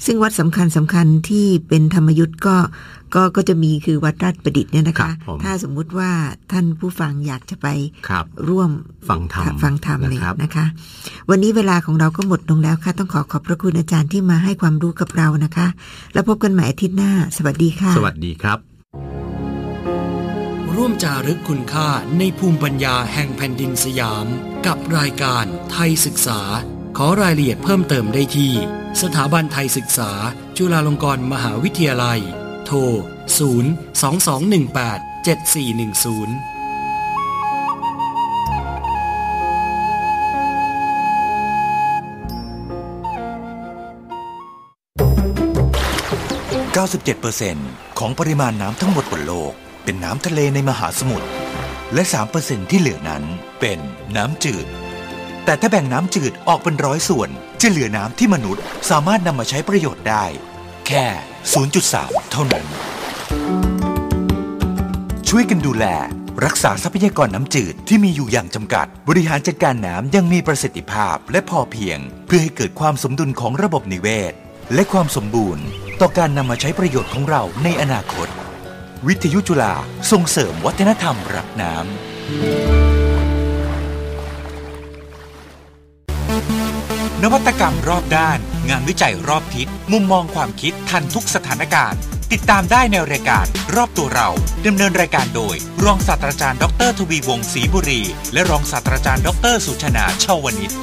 ซึ่งวัดสำคัญที่เป็นธรรมยุทธ์ก็จะมีคือวัดราชประดิษฐ์เนี่ยนะคะถ้าสมมุติว่าท่านผู้ฟังอยากจะไปร่วมฟังธรรมเลยนะคะวันนี้เวลาของเราก็หมดลงแล้วค่ะต้องขอบพระคุณอาจารย์ที่มาให้ความรู้กับเรานะคะแล้วพบกันใหม่อาทิตย์หน้าสวัสดีค่ะสวัสดีครับร่วมจารึกคุณค่าในภูมิปัญญาแห่งแผ่นดินสยามกับรายการไทยศึกษาขอรายละเอียดเพิ่มเติมได้ที่สถาบันไทยศึกษาจุฬาลงกรณ์มหาวิทยาลัยโทร 022187410 97% ของปริมาณน้ำทั้งหมดบนโลกเป็นน้ำทะเลในมหาสมุทรและ 3% ที่เหลือนั้นเป็นน้ำจืดแต่ถ้าแบ่งน้ำจืดออกเป็น100 ส่วนจะเหลือน้ำที่มนุษย์สามารถนำมาใช้ประโยชน์ได้แค่ 0.3 เท่านั้นช่วยกันดูแลรักษาทรัพยากรน้ำจืดที่มีอยู่อย่างจำกัดบริหารจัดการน้ำยังมีประสิทธิภาพและพอเพียงเพื่อให้เกิดความสมดุลของระบบนิเวศและความสมบูรณ์ต่อการนำมาใช้ประโยชน์ของเราในอนาคตวิทยุจุฬาส่งเสริมวัฒนธรรมรักน้ำนวัตกรรมรอบด้านงานวิจัยรอบทิศมุมมองความคิดทันทุกสถานการณ์ติดตามได้ในรายการรอบตัวเราดำเนินรายการโดยรองศาสตราจารย์ดร.ทวีวงศ์ศรีบุรีและรองศาสตราจารย์ดร.สุชนาเชาวนิช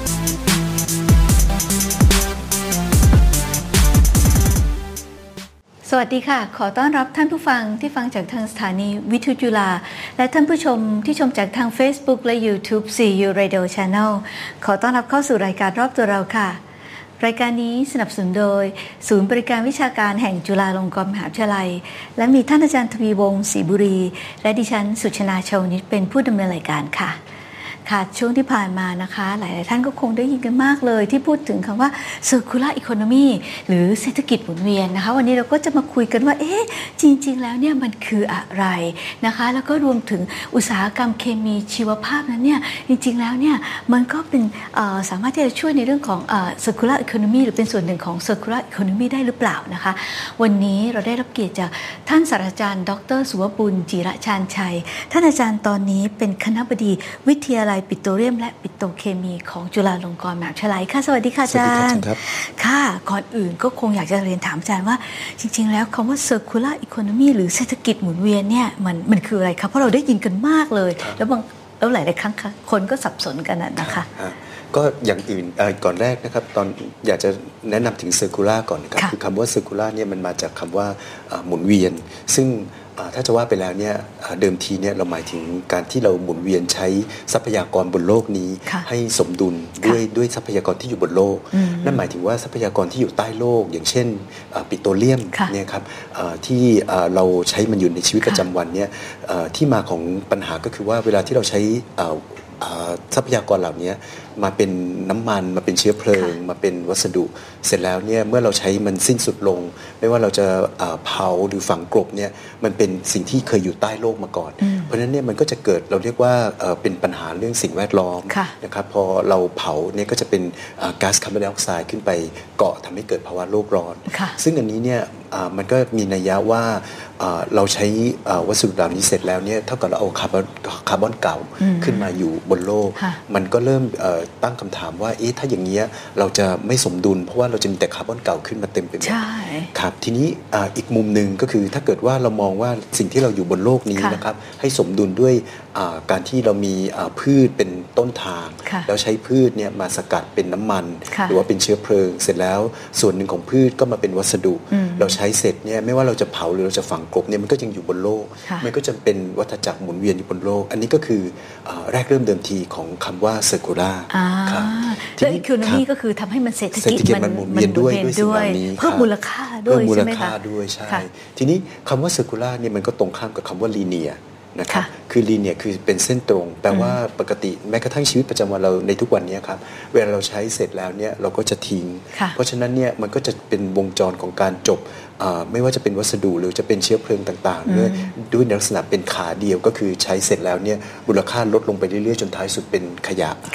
สวัสดีค่ะขอต้อนรับท่านผู้ฟังที่ฟังจากทางสถานีวิทยุจุฬาและท่านผู้ชมที่ชมจากทาง Facebook และ YouTube CU Radio Channel ขอต้อนรับเข้าสู่รายการรอบตัวเราค่ะรายการนี้สนับสนุนโดยศูนย์บริการวิชาการแห่งจุฬาลงกรณ์มหาวิทยาลัยและมีท่านอาจารย์ทวีวงศ์ศรีบุรีและดิฉันสุชนาเชาวนิชเป็นผู้ดำเนินรายการค่ะช่วงที่ผ่านมานะคะหลายๆท่านก็คงได้ยินกันมากเลยที่พูดถึงคำว่า circular economy หรือเศรษฐกิจหมุนเวียนนะคะวันนี้เราก็จะมาคุยกันว่าจริงๆแล้วเนี่ยมันคืออะไรนะคะแล้วก็รวมถึงอุตสาหกรรมเคมีชีวภาพนั้นเนี่ยจริงๆแล้วเนี่ยมันก็เป็นสามารถที่จะช่วยในเรื่องของcircular economy หรือเป็นส่วนหนึ่งของ circular economy ได้หรือเปล่านะคะวันนี้เราได้รับเกียรติจากท่านศาสตราจารย์ดร.สุวบุญจิรชาญชัยท่านอาจารย์ตอนนี้เป็นคณบดีวิทยาลัยปิโตรเลียมและปิโตรเคมีของจุฬาลงกรณ์มหาวิทยาลัยค่ะสวัสดีค่ะอาจารย์ค่ะก่อนอื่นก็คงอยากจะเรียนถามอาจารย์ว่าจริงๆแล้วคำว่า circular economy หรือเศรษฐกิจหมุนเวียนเนี่ยมันคืออะไรครับเพราะเราได้ยินกันมากเลยแล้วหลายๆครั้งคนก็สับสนกันนะคะก็อย่างอื่นก่อนแรกนะครับตอนอยากจะแนะนำถึง circular ก่อนนะครับคือคำว่า circular เนี่ยมันมาจากคำว่าหมุนเวียนซึ่งถ้าจะว่าไปแล้วเนี่ยเดิมทีเนี่ยเราหมายถึงการที่เราหมุนเวียนใช้ทรัพยากรบนโลกนี้ให้สมดุลด้วยทรัพยากรที่อยู่บนโลกนั่นหมายถึงว่าทรัพยากรที่อยู่ใต้โลกอย่างเช่นปิโตรเลียมเนี่ยครับที่เราใช้มันอยู่ในชีวิตประจำวันเนี่ยที่มาของปัญหาก็คือว่าเวลาที่เราใช้ทรัพยากรเหล่านี้มาเป็นน้ำมันมาเป็นเชื้อเพลิงมาเป็นวัสดุเสร็จแล้วเนี่ยเมื่อเราใช้มันสิ้นสุดลงไม่ว่าเราจะเผาหรือฝังกลบเนี่ยมันเป็นสิ่งที่เคยอยู่ใต้โลกมาก่อนเพราะฉะนั้นเนี่ยมันก็จะเกิดเราเรียกว่าเป็นปัญหาเรื่องสิ่งแวดล้อมนะครับพอเราเผาเนี่ยก็จะเป็นก๊าซคาร์บอนไดออกไซด์ขึ้นไปเกาะทำให้เกิดภาวะโลกร้อนซึ่งอันนี้เนี่ยมันก็มีนัยยะว่าเราใช้วัสดุเหล่านี้เสร็จแล้วเนี่ยเท่ากับเราเอาคาร์บอนเก่าขึ้นมาอยู่บนโลกมันก็เริ่มตั้งคำถามว่าถ้าอย่างเงี้ยเราจะไม่สมดุลเพราะว่าเราจะมีแต่คาร์บอนเก่าขึ้นมาเต็มไปหมดครับทีนี้อีกมุมนึงก็คือถ้าเกิดว่าเรามองว่าสิ่งที่เราอยู่บนโลกนี้นะครับให้สมดุลด้วยการที่เรามีพืชเป็นต้นทางแล้วใช้พืชเนี่ยมาสกัดเป็นน้ำมันหรือว่าเป็นเชื้อเพลิงเสร็จแล้วส่วนหนึ่งของพืชก็มาเป็นวัสดุเราใช้เสร็จเนี่ยไม่ว่าเราจะเผาหรือเราจะฝังกลบเนี่ยมันก็ยังอยู่บนโลกมันก็จะเป็นวัฏจักรหมุนเวียนอยู่บนโลกอันนี้ก็คือแรกเริ่มเดิมทีของคำว่า circular ครับและ economy ก็คือทำให้มันเศรษฐกิจมันหมุนเวียนด้วยสิ่งเหล่านี้เพิ่มมูลค่าด้วยใช่ไหมคะใช่ทีนี้คำว่า circular เนี่ยมันก็ตรงข้ามกับคำว่า linearนะครับคือลีเนี่ยคือเป็นเส้นตรงแปลว่าปกติแม้กระทั่งชีวิตประจำวันเราในทุกวันนี้ครับเวลาเราใช้เสร็จแล้วเนี่ยเราก็จะทิ้งเพราะฉะนั้นเนี่ยมันก็จะเป็นวงจรของการจบไม่ว่าจะเป็นวัสดุหรือจะเป็นเชื้อเพลิงต่างๆด้วยลักษณะเป็นขาเดียวก็คือใช้เสร็จแล้วเนี่ยมูลค่าลดลงไปเรื่อยๆจนท้ายสุดเป็นขยะ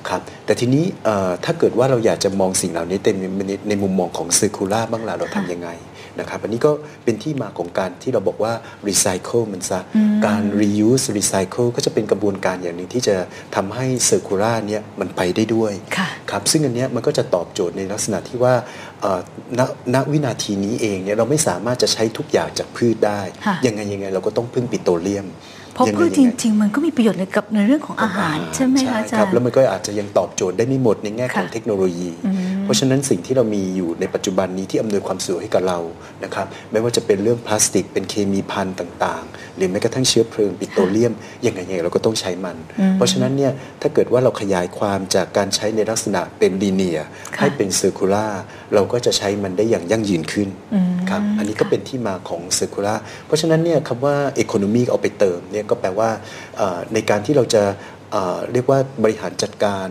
ครับแต่ทีนี้ถ้าเกิดว่าเราอยากจะมองสิ่งเหล่านี้ในมุมมองของ circular บ้างล่ะเราทำยังไงนะครับอันนี้ก็เป็นที่มาของการที่เราบอกว่า recycle มันซะการ reuse recycle ก็จะเป็นกระบวนการอย่างหนึ่งที่จะทำให้ circular เนี่ยมันไปได้ด้วยครับซึ่งอันเนี้ยมันก็จะตอบโจทย์ในลักษณะที่ว่าณวินาทีนี้เองเนี่ยเราไม่สามารถจะใช้ทุกอย่างจากพืชได้ยังไงเราก็ต้องพึ่งปิโตรเลียมเพราะพืชจริงๆมันก็มีประโยชน์ในเรื่องของอาหารใช่ไหมคะอาจารย์ครับแล้วมันก็อาจจะยังตอบโจทย์ได้ไม่หมดในแง่ของเทคโนโลยีเพราะฉะนั้นสิ่งที่เรามีอยู่ในปัจจุบันนี้ที่อำนวยความสะดวกให้กับเรานะครับไม่ว่าจะเป็นเรื่องพลาสติกเป็นเคมีภัณฑ์ต่างๆหรือแม้กระทั่งเชื้อเพลิงปิโตรเลียมยังไงเราก็ต้องใช้มันเพราะฉะนั้นเนี่ยถ้าเกิดว่าเราขยายความจากการใช้ในลักษณะเป็นลีเนียร์ให้เป็นเซอร์คูล่าเราก็จะใช้มันได้อย่างยั่งยืนขึ้นครับอันนี้ก็เป็นที่มาของเซอร์คูล่าเพราะฉะนั้นเนี่ยคำว่า economy เอาไปเติมเนี่ยก็แปลว่าในการที่เราจะเรียกว่าบริหารจัดการ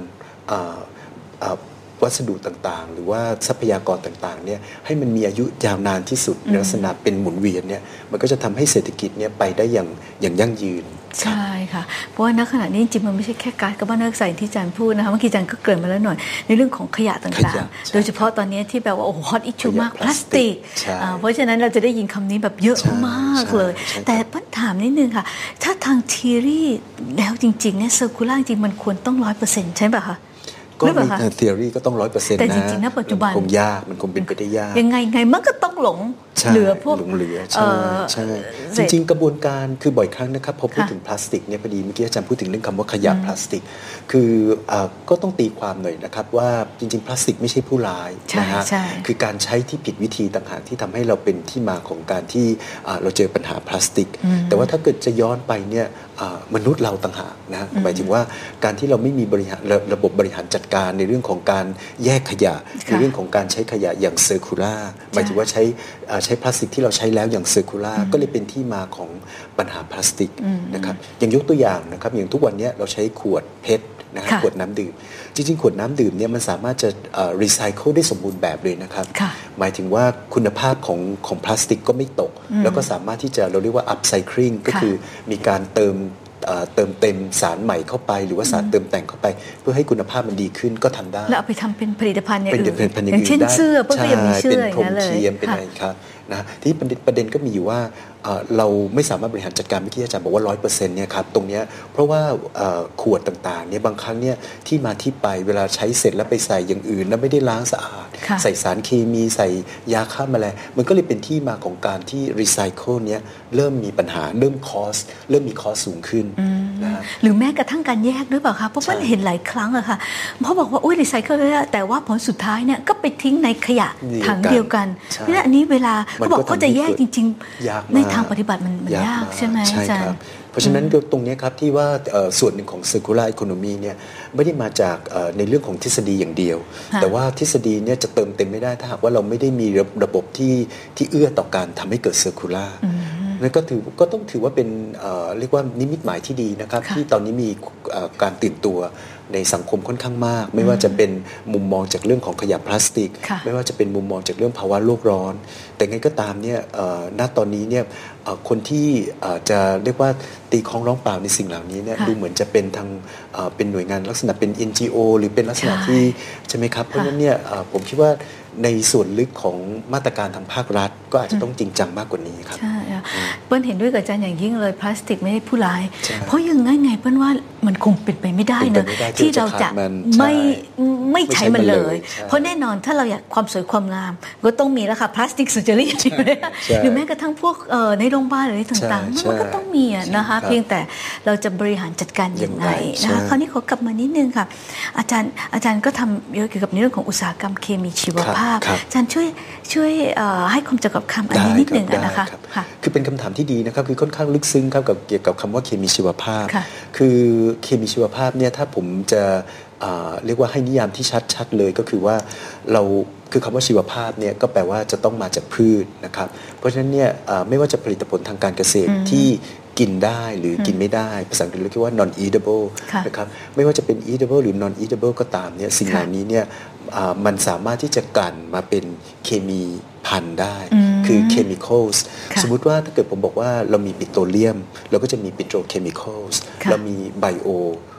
วัสดุต่างๆหรือว่าทรัพยากรต่างๆเนี่ยให้มันมีอายุยาวนานที่สุดในลักษณะเป็นหมุนเวียนเนี่ยมันก็จะทำให้เศรษฐกิจเนี่ยไปได้อย่างยั่งยืนใช่ค่ะเพราะว่าณขณะนี้จริงๆมันไม่ใช่แค่ก๊าซคาร์บอนไดออกไซด์ที่อาจารย์พูดนะคะเมื่อกี้อาจารย์ก็เกริ่นมาแล้วหน่อยในเรื่องของขยะต่างๆโดยเฉพาะตอนนี้ที่แบบว่าโอ้โหฮอตอิชชูมากพลาสติกเพราะฉะนั้นเราจะได้ยินคำนี้แบบเยอะมากเลยแต่ปัญถามนิดนึงค่ะถ้าทางทีรี่แล้วจริงๆเนี่ยเซอร์คูล่าจริงมันควรต้อง 100% ใช่ป่ะคะก็ในทฤษฎีก็ต้อง 100% นะแต่จริงๆณปัจจุบันคงยากมันคงเป็นไปได้ยากยังไงมันก็ต้องหลงเหลือพวกเหลือใช่จริงๆกระบวนการคือบ่อยครั้งนะครับพอพูดถึงพลาสติกเนี่ยพอดีเมื่อกี้อาจารย์พูดถึงเรื่องคำว่าขยะพลาสติกคือก็ต้องตีความหน่อยนะครับว่าจริงๆพลาสติกไม่ใช่ผู้ร้ายนะฮะคือการใช้ที่ผิดวิธีต่างหากที่ทำให้เราเป็นที่มาของการที่เราเจอปัญหาพลาสติกแต่ว่าถ้าเกิดจะย้อนไปเนี่ยมนุษย์เราต่างหากนะหมายถึงว่าการที่เราไม่มีระบบบริหารจัดการในเรื่องของการแยกขยะในเรื่องของการใช้ขยะอย่างเซอร์คูล่าหมายถึงว่าใช้พลาสติกที่เราใช้แล้วอย่างเซอร์คูล่าก็เลยเป็นที่มาของปัญหาพลาสติกนะครับอย่างยกตัวอย่างนะครับอย่างทุกวันนี้เราใช้ขวดเพชรนะครับขวดน้ำดื่มจริงๆขวดน้ำดื่มเนี่ยมันสามารถจะรีไซเคิลได้สมบูรณ์แบบเลยนะครับหมายถึงว่าคุณภาพของพลาสติกก็ไม่ตกแล้วก็สามารถที่จะเราเรียกว่า upcycling ก็คือมีการเติมเต็มสารใหม่เข้าไปหรือว่าสารเติมแต่งเข้าไปเพื่อให้คุณภาพมันดีขึ้นก็ทำได้แล้วเอาไปทำเป็นผลิตภัณฑ์อย่างอื่นอย่างเช่นเสื้อเพื่อก็ยังมีเสื้อเป็นพรมเทียมเป็นอะไรครับนะที่ประเด็นก็มีอยู่ว่าเราไม่สามารถบริหารจัดการเมื่อกี้อาจารย์บอกว่า 100% เนี่ยครับตรงนี้เพราะว่าขวดต่างๆเนี่ยบางครั้งเนี่ยที่มาที่ไปเวลาใช้เสร็จแล้วไปใส่อย่างอื่นแล้วไม่ได้ล้างสะอาดใส่สารเคมีใส่ยาฆ่าแมลงมันก็เลยเป็นที่มาของการที่รีไซเคิลเนี่ยเริ่มมีปัญหาเริ่มมีคอสสูงขึ้นนะหรือแม้กระทั่งการแยกด้วยเปล่าคะเพราะว่าเห็นหลายครั้งอะค่ะเพราะบอกว่ารีไซเคิลได้แต่ว่าผลสุดท้ายเนี่ยก็ไปทิ้งในขยะถังเดียวกันเพราะฉะนั้นอันนี้เวลาเขาบอกเขาจะแยกจริงๆในทางปฏิบัติมันยากใช่ไหมอาจารย์เพราะฉะนั้นตรงนี้ครับที่ว่าส่วนหนึ่งของ circular economy เนี่ยไม่ได้มาจากในเรื่องของทฤษฎีอย่างเดียวแต่ว่าทฤษฎีเนี่ยจะเติมเต็มไม่ได้ถ้าหากว่าเราไม่ได้มีระบบที่เอื้อต่อการทำให้เกิด circular นั่นก็ต้องถือว่าเป็นเรียกว่านิมิตหมายที่ดีนะครับที่ตอนนี้มีการตื่นตัวในสังคมค่อนข้างมากไม่ว่าจะเป็นมุมมองจากเรื่องของขยะพลาสติกไม่ว่าจะเป็นมุมมองจากเรื่องภาวะโลกร้อนแต่ไงก็ตามเนี่ยณตอนนี้เนี่ยคนที่จะเรียกว่าตีคล้องร้องเปล่าในสิ่งเหล่านี้เนี่ยดูเหมือนจะเป็นทางเป็นหน่วยงานลักษณะเป็น NGO หรือเป็นลักษณะที่ใช่ไหมครับเพราะฉะนั้นเนี่ยผมคิดว่าในส่วนลึกของมาตรการทางภาครัฐก็อาจจะต้องจริงจังมากกว่านี้ครับใช่เปิ้ลเห็นด้วยกับอาจารย์อย่างยิ่งเลยพลาสติกไม่ได้ผู้ร้ายเพราะยังไงเปิ้ลว่ามันคงเป็นไปไม่ได้นะที่เราจะไม่ใช้มันเลยเพราะแน่นอนถ้าเราอยากความสวยความงามก็ต้องมีแล้วค่ะพลาสติกเซอร์เจอรี่หรือแม้กระทั่งพวกในโรงพยาบาลหรือต่างๆมันก็ต้องมีนะคะเพียงแต่เราจะบริหารจัดการยังไงนะคะคราวนี้ขอกลับมานิดนึงค่ะอาจารย์ก็ทำเยอะเกี่ยวกับเรื่องของอุตสาหกรรมเคมีชีวภาพอาจารย์ช่วยให้ความจำกัดคำอันนี้นิดนึงนะคะคือเป็นคำถามที่ดีนะครับคือค่อนข้างลึกซึ้งครับเกี่ยวกับคำว่าเคมีชีวภาพคือเคมีชีวภาพเนี่ยถ้าผมจะเรียกว่าให้นิยามที่ชัดเลยก็คือว่าเราคือคำว่าชีวภาพเนี่ยก็แปลว่าจะต้องมาจากพืชนะครับเพราะฉะนั้นเนี่ยไม่ว่าจะผลิตผลทางการเกษตรที่กินได้หรือกินไม่ได้ภาษาอังกฤษเรียกว่า non eatable นะครับไม่ว่าจะเป็น eatable หรือ non eatable ก็ตามเนี่ยสิ่งเหล่านี้เนี่ยมันสามารถที่จะกลั่นมาเป็นเคมีพันได้คือ chemicals สมมุติว่าถ้าเกิดผมบอกว่าเรามีปิโตรเลียมเราก็จะมี petrochemicals เรามี bio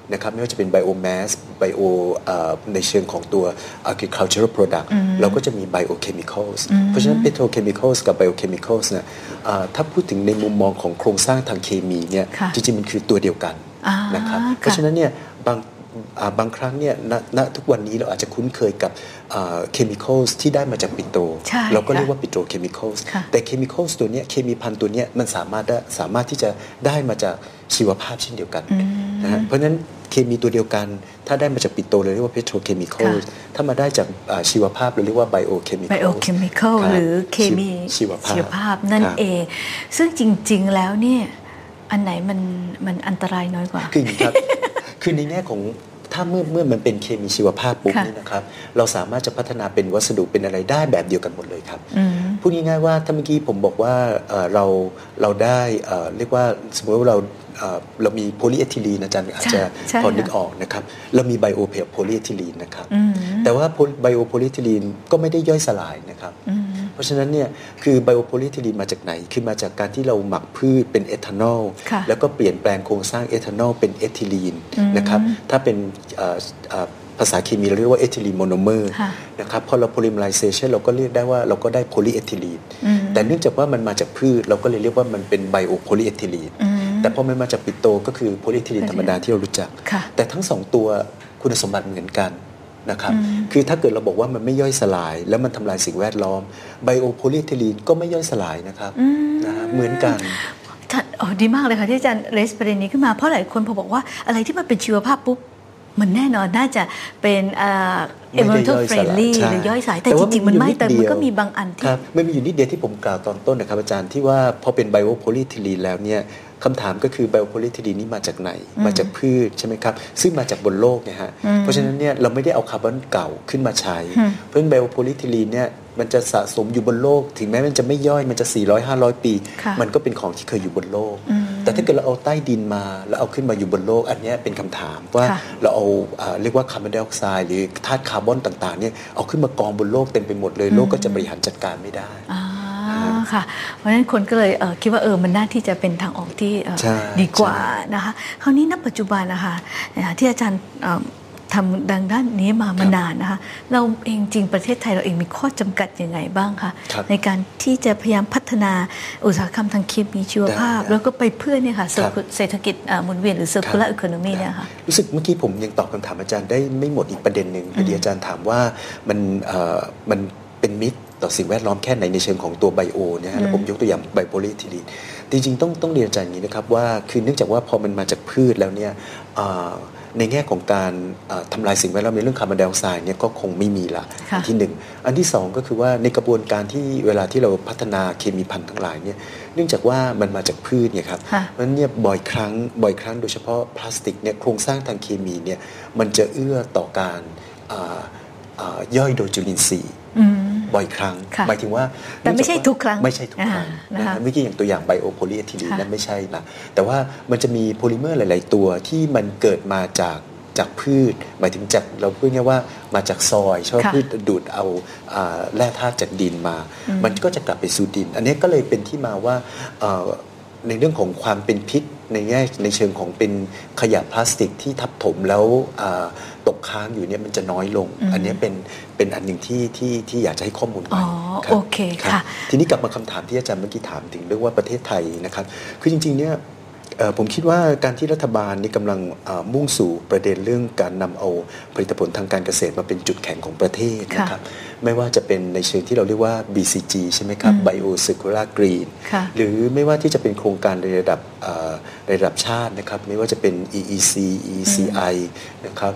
นะครับไม่ว่าจะเป็น biomass bio ในเชิงของตัว agricultural product เราก็จะมี biochemicals เพราะฉะนั้น petrochemicals กับ biochemicals เนี่ยถ้าพูดถึงในมุมมองของโครงสร้างทางเคมีเนี่ยจริงๆมันคือตัวเดียวกันนะครับเพราะฉะนั้นเนี่ยบางครั้งเนี่ยณทุกวันนี้เราอาจจะคุ้นเคยกับเคมีคอลที่ได้มาจากปิโตรเราก็เรียกว่าปิโตรเคมีคอลแต่เคมีคอลตัวนี้เคมีพันธุ์ตัวนี้มันสามารถที่จะได้มาจากชีวภาพเช่นเดียวกันนะฮะเพราะฉะนั้นเคมีตัวเดียวกันถ้าได้มาจากปิโตรเราเรียกว่าเพโตรเคมีคอลถ้ามาได้จากชีวภาพเราเรียกว่าไบโอเคมีคอลหรือเคมีชีวภาพนั่นเองซึ่งจริงๆแล้วเนี่ยอันไหนมันอันตรายน้อยกว่าคือในแง่ของถ้าเมื่อมันเป็นเคมีชีวภาพปุ๊บนี่นะครับเราสามารถจะพัฒนาเป็นวัสดุเป็นอะไรได้แบบเดียวกันหมดเลยครับพูดง่ายๆว่าถ้าเมื่อกี้ผมบอกว่าเราได้เรียกว่าสมมติว่าเรามีโพลีเอทิลีนอาจารย์อาจจะพอนึกออกนะครับเรามีไบโอโพลีเอทิลีนนะครับแต่ว่าไบโอโพลีเอทิลีนก็ไม่ได้ย่อยสลายนะครับเพราะฉะนั้นเนี่ยคือไบโอโพลีเอทิลีนมาจากไหนคือมาจากการที่เราหมักพืชเป็นเอทานอลแล้วก็เปลี่ยนแปลงโครงสร้างเอทานอลเป็นเอทิลีนนะครับถ้าเป็นภาษาเคมีเราเรียกว่าเอทิลีนโมโนเมอร์นะครับพอเราโพลิเมอไรเซชันเราก็เรียกได้ว่าเราก็ได้โพลีเอทิลีนแต่เนื่องจากว่ามันมาจากพืชเราก็เลยเรียกว่ามันเป็นไบโอโพลีเอทิลีนแต่พอมันมาจากปิโตรก็คือโพลีเอทิลีนธรรมดาที่เรารู้จักแต่ทั้งสองตัวคุณสมบัติเหมือนกันนะครับคือถ้าเกิดเราบอกว่ามันไม่ย่อยสลายแล้วมันทำลายสิ่งแวดล้อมไบโอโพลีเอทิลีนก็ไม่ย่อยสลายนะครับนะเหมือนกันดีมากเลยค่ะที่อาจารย์เรสประเด็นนี้ขึ้นมาเพราะหลายคนพอบอกว่าอะไรที่มันเป็นชีวภาพปุ๊บมันแน่นอนน่าจะเป็นenvironmental friendly หรือย่อยสลายแต่จริงๆมันไม่แต่มันก็มีบางอันที่ไม่มีอยู่นิดเดียวที่ผมกล่าวตอนต้นนะครับอาจารย์ที่ว่าพอเป็นไบโอโพลีเอทิลีนแล้วเนี่ยคำถามก็คือไบโอโพลีเอทิลีนนี่มาจากไหนมาจากพืชใช่ไหมครับซึ่งมาจากบนโลกเนี่ยฮะเพราะฉะนั้นเนี่ยเราไม่ได้เอาคาร์บอนเก่าขึ้นมาใช้เพราะฉะนั้นไบโอโพลีเอทิลีนเนี่ยมันจะสะสมอยู่บนโลกถึงแม้มันจะไม่ย่อยมันจะ 400-500 ปีมันก็เป็นของที่เคยอยู่บนโลกแต่ถ้าเกิดเราเอาใต้ดินมาแล้วเอาขึ้นมาอยู่บนโลกอันนี้เป็นคำถามว่าเราเอาเรียกว่าคาร์บอนไดออกไซด์หรือธาตุคาร์บอนต่างๆเนี่ยเอาขึ้นมากองบนโลกเต็มไปหมดเลยโลกก็จะบริหารจัดการไม่ได้ค่ะเพราะฉะนั้นคนก็เลยคิดว่ามันน่าที่จะเป็นทางออกที่ดีกว่านะคะคราวนี้ณปัจจุบันนะคะที่อาจารย์ทำดังด้านนี้มานานนะคะเราเองจริงประเทศไทยเราเองมีข้อจำกัดยังไงบ้างคะในการที่จะพยายามพัฒนาอุตสาหกรรมทางเคมีชีวภาพแล้วก็ไปเพื่อเนี่ยค่ะเศรษฐกิจหมุนเวียนหรือ circular economy เนี่ยค่ะรู้สึกเมื่อกี้ผมยังตอบคำถามอาจารย์ได้ไม่หมดอีกประเด็นหนึ่งพอดีอาจารย์ถามว่ามันเป็นมิตรต่อสิ่งแวดล้อมแค่ไหนในเชิงของตัวไบโอเนี่ยแล้วผมยกตัวอย่างไบโพลีเอทิลีนจริงๆต้องเรียนอาจารย์อย่างนี้นะครับว่าคือเนื่องจากว่าพอมันมาจากพืชแล้วเนี่ยในแง่ของการทำลายสิ่งแวดล้อมในเรื่องคาร์บอนไดออกไซด์เนี่ยก็คงไม่มีละอันที่หนึ่งอันที่สองก็คือว่าในกระบวนการที่เวลาที่เราพัฒนาเคมีพันธุ์ทั้งหลายเนี่ยเนื่องจากว่ามันมาจากพืชเนี่ยครับมันเนี่ยบ่อยครั้งโดยเฉพาะพลาสติกเนี่ยโครงสร้างทางเคมีเนี่ยมันจะเอื้อต่อการย่อยโดยจุลินทรีย์บ่อยครั้งหมายถึงว่าแต่ไม่ใช่ทุกครั้งไม่ใช่ทุกครั้งนะเมื่อกี้อย่างตัวอย่างไบโอโพลีเอทิลีนนั้นไม่ใช่นะแต่ว่ามันจะมีโพลิเมอร์หลายๆตัวที่มันเกิดมาจากพืชหมายถึงจากเราพูดง่ายว่ามาจากซอยชอบพืชดูดเอาแร่ธาตุจากดินมามันก็จะกลับไปสู่ดินอันนี้ก็เลยเป็นที่มาว่าในเรื่องของความเป็นพิษในเชิงของเป็นขยะพลาสติกที่ทับถมแล้วตกค้างอยู่เนี่ยมันจะน้อยลงอันนี้เป็นอันหนึ่งที่อยากจะให้ข้อมูลไว้โอเคค่ะทีนี้กลับมาคำถามที่อาจารย์เมื่อกี้ถามถึงเรื่องว่าประเทศไทยนะครับคือจริงๆเนี่ยผมคิดว่าการที่รัฐบาลนี่กำลังมุ่งสู่ประเด็นเรื่องการนำเอาผลิตผลทางการเกษตรมาเป็นจุดแข็งของประเทศนะครับไม่ว่าจะเป็นในเชิงที่เราเรียกว่า BCG ใช่ไหมครับ Bio Circular Green หรือไม่ว่าที่จะเป็นโครงการในระดับชาตินะครับไม่ว่าจะเป็น EEC ECI นะครับ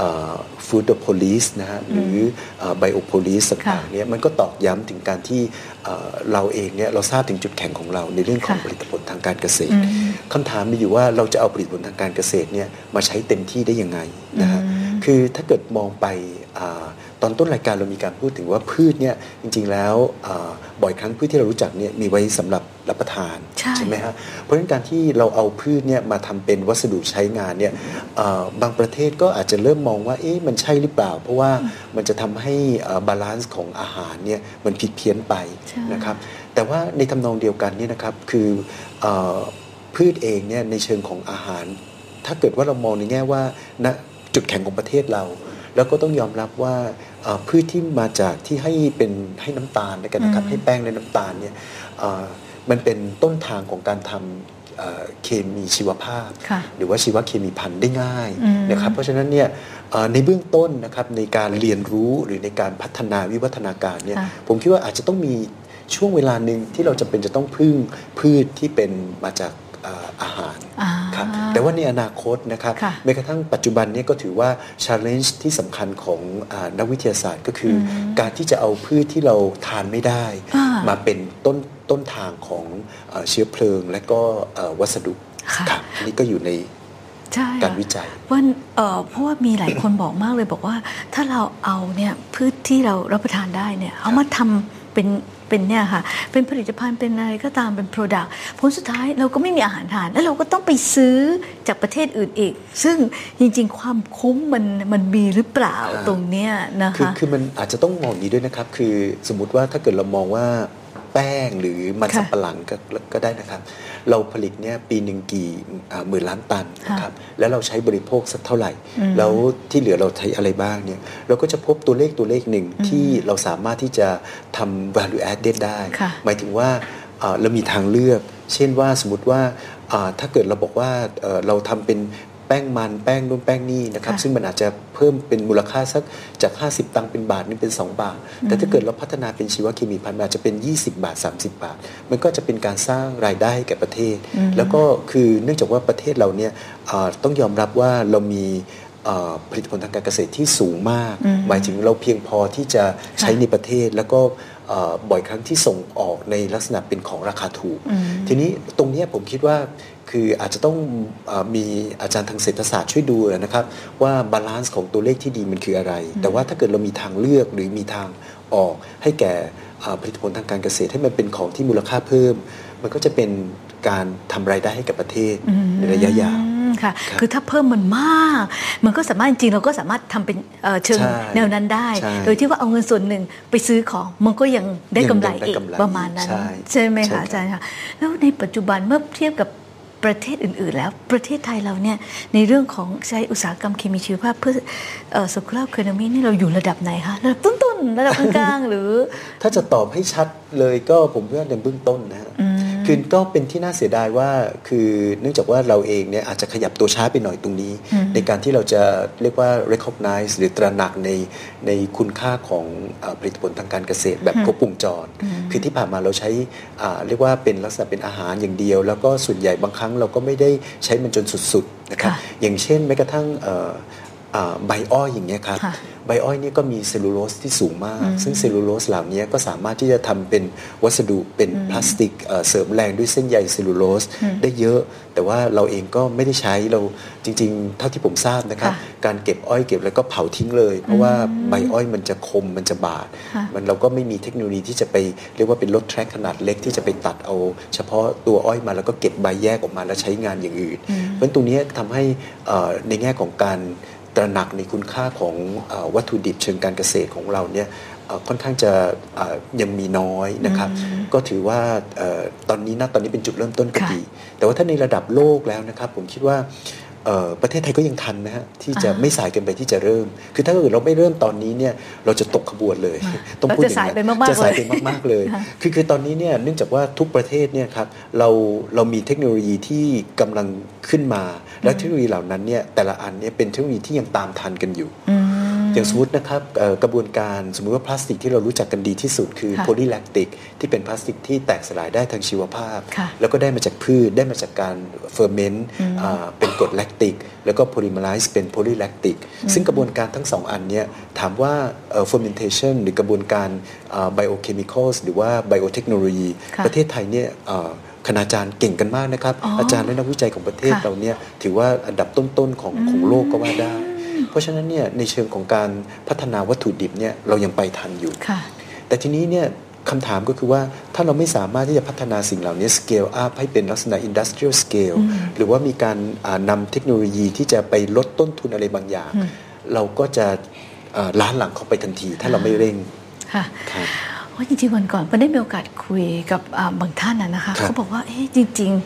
Food Police นะฮะหรือ Biopolice ต่างๆเนี่ยมันก็ตอกย้ำถึงการที่เราเองเนี่ยเราทราบถึงจุดแข็งของเราในเรื่องของผลิตผลทางการเกษตรคำถามมีอยู่ว่าเราจะเอาผลิตผลทางการเกษตรเนี่ยมาใช้เต็มที่ได้ยังไงนะฮะคือถ้าเกิดมองไปตอนต้นรายการเรามีการพูดถึงว่าพืชเนี่ยจริงๆแล้วบ่อยครั้งพืชที่เรารู้จักเนี่ยมีไว้สำหรับรับประทานใช่ไหมฮะเพราะฉะนั้นการที่เราเอาพืชเนี่ยมาทำเป็นวัสดุใช้งานเนี่ยบางประเทศก็อาจจะเริ่มมองว่ามันใช่หรือเปล่าเพราะว่ามันจะทำให้บาลานซ์ของอาหารเนี่ยมันผิดเพี้ยนไปนะครับแต่ว่าในทำนองเดียวกันนี่นะครับคือพืชเองเนี่ยในเชิงของอาหารถ้าเกิดว่าเรามองในแง่ว่าณจุดแข็งของประเทศเราแล้วก็ต้องยอมรับว่าพืชที่มาจากที่ให้น้ำตาลนะครับให้แป้งและน้ำตาลเนี่ยมันเป็นต้นทางของการทำเคมีชีวภาพหรือว่าชีวเคมีพันธุ์ได้ง่ายนะครับเพราะฉะนั้นเนี่ยในเบื้องต้นนะครับในการเรียนรู้หรือในการพัฒนาวิวัฒนาการเนี่ยผมคิดว่าอาจจะต้องมีช่วงเวลาหนึ่งที่เราจำเป็นจะต้องพึ่งพืชที่เป็นมาจากอาหารครับแต่ว่าในอนาคตนะครับแม้กระทั่งปัจจุบันนี้ก็ถือว่า challenge ที่สำคัญของนักวิทยาศาสตร์ก็คือการที่จะเอาพืชที่เราทานไม่ได้มาเป็นต้นทางของเชื้อเพลิงและก็วัสดุครับนี่ก็อยู่ในการวิจัยเพราะว่ามีหลายคนบอกมากเลยบอกว่าถ้าเราเอาเนี่ยพืชที่เรารับประทานได้เนี่ยเอามาทำเป็นเนี่ยค่ะเป็นผลิตภัณฑ์เป็นอะไรก็ตามเป็น product ผลสุดท้ายเราก็ไม่มีอาหารทานแล้วเราก็ต้องไปซื้อจากประเทศอื่นอีกซึ่งจริงๆความคุ้มมันมีหรือเปล่าตรงเนี้ยนะคะคือมันอาจจะต้องมองนี้ด้วยนะครับคือสมมุติว่าถ้าเกิดเรามองว่าแป้งหรือมันสำปะหลังก็ได้นะครับเราผลิตเนี่ยปีหนึ่งกี่หมื่นล้านตันนะครับแล้วเราใช้บริโภคสักเท่าไหร่แล้วที่เหลือเราใช้อะไรบ้างเนี่ยเราก็จะพบตัวเลขหนึ่งที่เราสามารถที่จะทำ value added ได้หมายถึงว่าเรามีทางเลือกเช่นว่าสมมติว่าถ้าเกิดเราบอกว่าเราทำเป็นแป้งมันแป้งนู่นแป้งนี่นะครับซึ่งมันอาจจะเพิ่มเป็นมูลค่าสักจาก50ตังค์เป็นบาทนี่เป็น2บาทแต่ถ้าเกิดเราพัฒนาเป็นชีวเคมีพันธุ์อาจจะเป็น20บาท30บาทมันก็จะเป็นการสร้างรายได้ให้แก่ประเทศแล้วก็คือเนื่องจากว่าประเทศเราเนี่ยต้องยอมรับว่าเรามีผลิตผลทางการเกษตรที่สูงมากหมายถึงเราเพียงพอที่จะใช้ในประเทศแล้วก็บ่อยครั้งที่ส่งออกในลักษณะเป็นของราคาถูกทีนี้ตรงนี้ผมคิดว่าคืออาจจะต้องมีอาจารย์ทางเศรษฐศาสตร์ช่วยดูนะครับว่าบาลานซ์ของตัวเลขที่ดีมันคืออะไรแต่ว่าถ้าเกิดเรามีทางเลือกหรือมีทางออกให้แก่ผลิตผลทางการเกษตรให้มันเป็นของที่มูลค่าเพิ่มมันก็จะเป็นการทำรายได้ให้กับประเทศในระยะยาวค่ะคือถ้าเพิ่มมันมากมันก็สามารถจริงๆเราก็สามารถทำเป็นเชิงแนวนั้นได้โดยที่ว่าเอาเงินส่วนหนึ่งไปซื้อของมันก็ยังได้กำไรอีกประมาณนั้นใช่ไหมคะอาจารย์คะแล้วในปัจจุบันเมื่อเทียบกับประเทศอื่นๆแล้วประเทศไทยเราเนี่ยในเรื่องของใช้อุตสาหกรรมเคมีชีวภาพเพื่อcircular economy นี่เราอยู่ระดับไหนคะระดับต้นๆระดับกลางๆหรือถ้าจะตอบให้ชัดเลยก็ผมว่าในเบื้องต้นนะฮะคือก็เป็นที่น่าเสียดายว่าคือเนื่องจากว่าเราเองเนี่ยอาจจะขยับตัวช้าไปหน่อยตรงนี้ในการที่เราจะเรียกว่า recognize หรือตระหนักในคุณค่าของผลิตผลทางการเกษตรแบบครบวงจรคือที่ผ่านมาเราใช้เรียกว่าเป็นลักษณะเป็นอาหารอย่างเดียวแล้วก็ส่วนใหญ่บางครั้งเราก็ไม่ได้ใช้มันจนสุดๆนะครับอย่างเช่นแม้กระทั่งใบอ้อยอย่างเงี้ยครับใบอ้อยนี่ก็มีเซลลูโลสที่สูงมากซึ่งเซลลูโลสเหล่านี้ก็สามารถที่จะทำเป็นวัสดุเป็นพลาสติกเสริมแรงด้วยเส้นใยเซลลูโลสได้เยอะแต่ว่าเราเองก็ไม่ได้ใช้เราจริงๆเท่าที่ผมทราบนะครับการเก็บอ้อยเก็บแล้วก็เผาทิ้งเลยเพราะว่าใบอ้อยมันจะคมมันจะบาดมันเราก็ไม่มีเทคโนโลยีที่จะไปเรียกว่าเป็นรถแทร็กขนาดเล็กที่จะไปตัดเอาเฉพาะตัวอ้อยมาแล้วก็เก็บใบแยกออกมาแล้วใช้งานอย่างอื่นเพราะตรงนี้ทำให้ในแง่ของการตระหนักในคุณค่าของวัตถุดิบเชิงการเกษตรของเราเนี่ยค่อนข้างจะยังมีน้อยนะครับก็ถือว่าตอนนี้เป็นจุดเริ่มต้นก็ดีแต่ว่าถ้าในระดับโลกแล้วนะครับผมคิดว่าประเทศไทยก็ยังทันนะฮะที่จะไม่สายเกินไปที่จะเริ่มคือถ้าเกิดเราไม่เริ่มตอนนี้เนี่ยเราจะตกขบวนเลยต้องพูดอย่างนี้จะสายไปมากๆเลยคือตอนนี้เนี่ยเนื่องจากว่าทุกประเทศเนี่ยครับเรามีเทคโนโลยีที่กำลังขึ้นมาและเทคโนโลยีเหล่านั้นเนี่ยแต่ละอันเนี่ยเป็นเทคโนโลยีที่ยังตามทันกันอยู่อย่างสมมตินะครับกระบวนการสมมติว่าพลาสติกที่เรารู้จักกันดีที่สุดคือโพลีแลคติกที่เป็นพลาสติกที่แตกสลายได้ทางชีวภาพแล้วก็ได้มาจากพืชได้มาจากการเฟอร์เมนต์เป็นกรดแลคติกแล้วก็โพลิเมอไรซ์เป็นโพลีแลคติกซึ่งกระบวนการทั้ง2อันนี้ถามว่าfermentation หรือกระบวนการ biochemicals หรือว่า biotechnology ประเทศไทยเนี่ยคณาจารย์เก่งกันมากนะครับอาจารย์และนักวิจัยของประเทศเราเนี่ยถือว่าอันดับต้นๆของโลกก็ว่าได้เพราะฉะนั้นเนี่ยในเชิงของการพัฒนาวัตถุดิบเนี่ยเรายังไปทันอยู่แต่ทีนี้เนี่ยคำถามก็คือว่าถ้าเราไม่สามารถที่จะพัฒนาสิ่งเหล่านี้ scale up ให้เป็นลักษณะ industrial scale หรือว่ามีการนำเทคโนโลยีที่จะไปลดต้นทุนอะไรบางอย่างเราก็จะล้าหลังเข้าไปทันทีถ้าเราไม่เร่งว่าจริงๆวันก่อนผมได้มีโอกาสคุยกับบางท่านนะคะเขาบอกว่าจริงๆ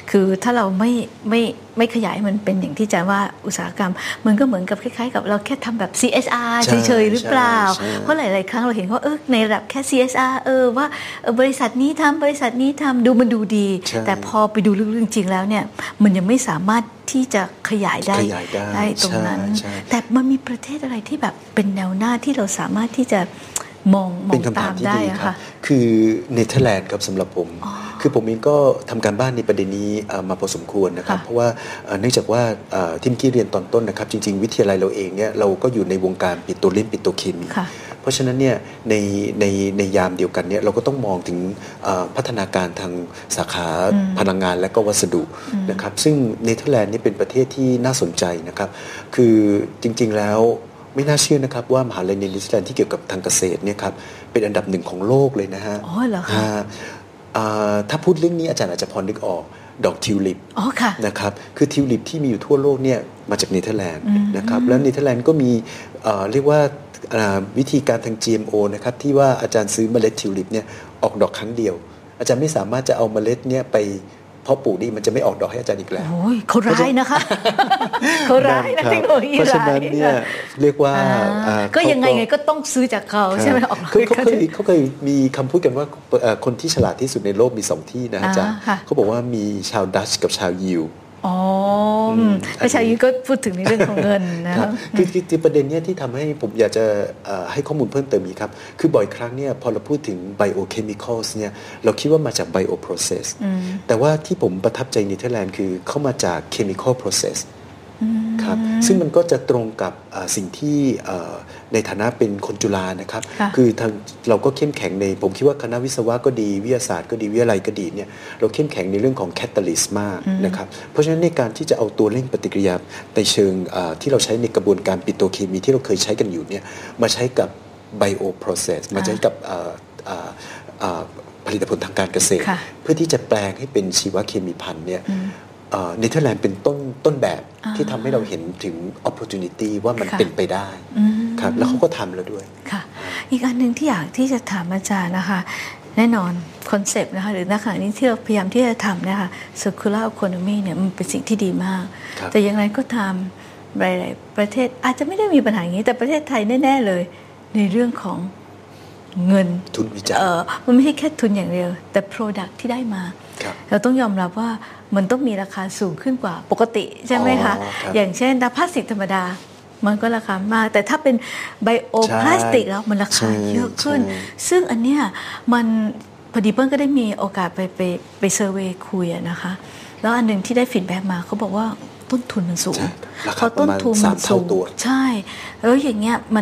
คือถ้าเราไม่ขยายมันเป็นอย่างที่อาจารย์ว่าอุตสาหกรรมมันก็เหมือนกับคล้ายๆกับเราแค่ทำแบบ CSR เฉยๆหรือเปล่าเพราะหลายๆครั้งเราเห็นว่าในระดับแค่ CSR ว่าบริษัทนี้ทำบริษัทนี้ทำดูมันดูดีแต่พอไปดูลึกๆจริงๆแล้วเนี่ยมันยังไม่สามารถที่จะขยายได้ตรงนั้นแต่มันมีประเทศอะไรที่แบบเป็นแนวหน้าที่เราสามารถที่จะมองตามได้อะค่ะคือเนเธอร์แลนด์ครับสำหรับผมคือผมเองก็ทำการบ้านในประเด็นนี้มาพอสมควรนะครับเพราะว่าเนื่องจากว่าที่เมื่อกี้เรียนตอนต้นนะครับจริงๆวิทยาลัยเราเองเนี่ยเราก็อยู่ในวงการปิโตรเลียมปิโตรเคมีเพราะฉะนั้นเนี่ยในยามเดียวกันเนี่ยเราก็ต้องมองถึงพัฒนาการทางสาขาพลังงานและก็วัสดุนะครับซึ่งเนเธอร์แลนด์นี่เป็นประเทศที่น่าสนใจนะครับคือจริงๆแล้วไม่น่าเชื่อนะครับว่ามหาลัยในเนเธอร์แลนด์ที่เกี่ยวกับทางเกษตรเนี่ยครับเป็นอันดับหนึ่งของโลกเลยนะฮะอ๋อเหรอคะถ้าพูดเรื่องนี้อาจารย์อาจจะพอนึกออกดอกทิวลิปนะครับคือทิวลิปที่มีอยู่ทั่วโลกเนี่ยมาจากเนเธอร์แลนด์นะครับแล้วเนเธอร์แลนด์ก็มีเรียกว่าวิธีการทาง GMO นะครับที่ว่าอาจารย์ซื้อเมล็ดทิวลิปเนี่ยออกดอกครั้งเดียวอาจารย์ไม่สามารถจะเอาเมล็ดเนี่ยไปเพราะปลูกนี่มันจะไม่ออกดอกให้อาจารย์อีกแล้วโอ้ยเขาร้ายนะคะเขาร้ายนะเทคโนโลยีร้ายเพราะฉะนั้นเนี่ยเรียกว่าก็ยังไงก็ต้องซื้อจากเขาใช่ไหมออกเขาเคยมีคำพูดกันว่าคนที่ฉลาดที่สุดในโลกมี2ที่นะอาจารย์เขาบอกว่ามีชาวดัชกับชาวยิวอ๋อประชาชนก็พูดถึงในเรื่องของเงินนะคือประเด็นเนี้ยที่ทำให้ผมอยากจะให้ข้อมูลเพิ่มเติมอีกครับคือบ่อยครั้งเนี่ยพอเราพูดถึง biochemicals เนี่ยเราคิดว่ามาจาก bioprocess แต่ว่าที่ผมประทับใจในเนเธอร์แลนด์คือเข้ามาจาก chemical process ครับซึ่งมันก็จะตรงกับสิ่งที่ในฐานะเป็นคนจุฬานะครับคือทางเราก็เข้มแข็งในผมคิดว่าคณะวิศวะก็ดีวิทยาศาสตร์ก็ดีวิทยาลัยก็ดีเนี่ยเราเข้มแข็งในเรื่องของแคตาลิสต์มากนะครับเพราะฉะนั้นในการที่จะเอาตัวเร่งปฏิกิริยาในเชิงที่เราใช้ในกระบวนการปิโตรเคมีที่เราเคยใช้กันอยู่เนี่ยมาใช้กับไบโอโปรเซสมาใช้กับผลิตผลทางการเกษตรเพื่อที่จะแปลงให้เป็นชีวเคมีภัณฑ์เนี่ยเนเธอร์แลนด์เป็นต้นแบบที่ทำให้เราเห็นถึง opportunity ว่ามันเป็นไปได้ครับแล้วเขาก็ทำแล้วด้วยค่ะอีกอันหนึ่งที่อยากที่จะถามอาจารย์นะคะแน่นอนคอนเซปต์นะคะหรือณขณะนี้ที่เราพยายามที่จะทำนะคะ circular economy เนี่ยมันเป็นสิ่งที่ดีมากแต่อย่างไรก็ตามหลายๆประเทศอาจจะไม่ได้มีปัญหาอย่างนี้แต่ประเทศไทยแน่ๆเลยในเรื่องของเงินทุนวิจัยมันไม่ใช่แค่ทุนอย่างเดียวแต่ product ที่ได้มาเราต้องยอมรับว่ามันต้องมีราคาสูงขึ้นกว่าปกติใช่ไหมคะอย่างเช่นพลาสติกธรรมดามันก็ราคามากแต่ถ้าเป็นไบโอพลาสติกแล้วมันราคาเยอะขึ้นซึ่งอันเนี้ยมันพอดีเปิ้ลก็ได้มีโอกาสไปเซอร์เวย์คุยนะคะแล้วอันหนึ่งที่ได้ฟีดแบ็กมาเขาบอกว่าต้นทุนมันสูงพอต้นทุนมันสูงใช่แล้วอย่างเงี้ยมัน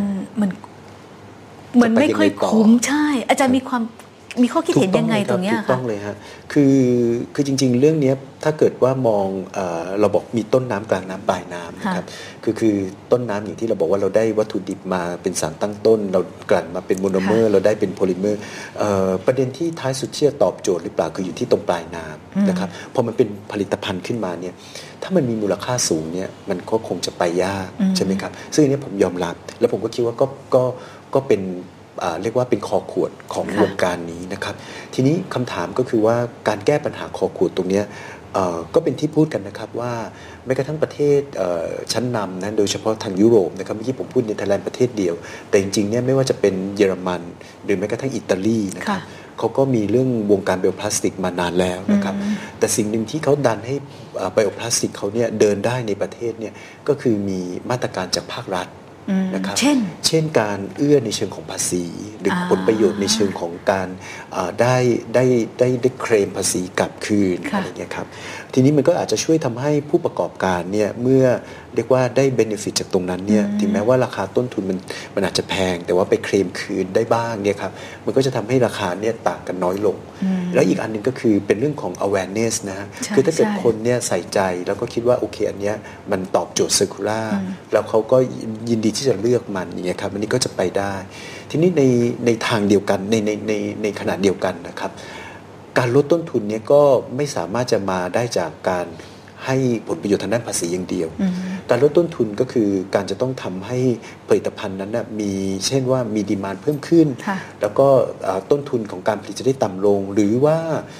ไม่ค่อยคุ้มใช่อาจารย์มีข้อคิดเห็นยังไงตรงนี้ค่ะถูกต้องเลยฮะคือจริงๆเรื่องนี้ถ้าเกิดว่ามองเราบอกมีต้นน้ำกลางน้ำปลายน้ำนะครับคือต้นน้ำอย่างที่เราบอกว่าเราได้วัตถุดิบมาเป็นสารตั้งต้นเรากลั่นมาเป็นโมโนเมอร์เราได้เป็นโพลิเมอร์ประเด็นที่ท้ายสุดที่จะตอบโจทย์หรือเปล่าคืออยู่ที่ตรงปลายน้ำนะครับพอมันเป็นผลิตภัณฑ์ขึ้นมาเนี่ยถ้ามันมีมูลค่าสูงเนี่ยมันก็คงจะไปยากใช่ไหมครับซึ่งอันนี้ผมยอมรับแล้วผมก็คิดว่าก็เป็นเรียกว่าเป็นคอขวดของวงการนี้นะครับทีนี้คำถามก็คือว่าการแก้ปัญหาคอขวดตรงนี้ก็เป็นที่พูดกันนะครับว่าแม้กระทั่งประเทศชั้นนำนะโดยเฉพาะทางยุโรปนะครับเมื่อกี้ผมพูดเนเธอร์แลนด์ประเทศเดียวแต่จริงๆเนี่ยไม่ว่าจะเป็นเยอรมันหรือแม้กระทั่งอิตาลีนะครับเขาก็มีเรื่องวงการไบโอพลาสติกมานานแล้วนะครับแต่สิ่งหนึ่งที่เขาดันให้ไบโอพลาสติกเขาเนี่ยเดินได้ในประเทศเนี่ยก็คือมีมาตรการจากภาครัฐนะครับเช่นการเอื้อในเชิงของภาษีหรือผลประโยชน์ในเชิงของการได้เคลมภาษีกลับคืนอะไรเงี้ยครับทีนี้มันก็อาจจะช่วยทำให้ผู้ประกอบการเนี่ยเมื่อเรียกว่าได้เบเนฟิตจากตรงนั้นเนี่ยถึงแม้ว่าราคาต้นทุนมันอาจจะแพงแต่ว่าไปเคลมคืนได้บ้างเนี่ยครับมันก็จะทำให้ราคาเนี่ยต่างกันน้อยลงแล้วอีกอันนึงก็คือเป็นเรื่องของ awareness นะคือถ้าเกิดคนเนี่ยใส่ใจแล้วก็คิดว่าโอเคอันเนี้ยมันตอบโจทย์ circular แล้วเขาก็ยินดีที่จะเลือกมันอย่างเงี้ยครับอันนี้ก็จะไปได้ทีนี้ในทางเดียวกันในขณะเดียวกันนะครับการลดต้นทุนเนี่ยก็ไม่สามารถจะมาได้จากการให้ผลประโยชน์ทางด้านภาษีอย่างเดียวการลดต้นทุนก็คือการจะต้องทำให้ผลิตภัณฑ์นั้นนะมีเช่นว่ามีดีมานด์เพิ่มขึ้นแล้วก็ต้นทุนของการผลิตจะได้ต่ำลงหรือว่า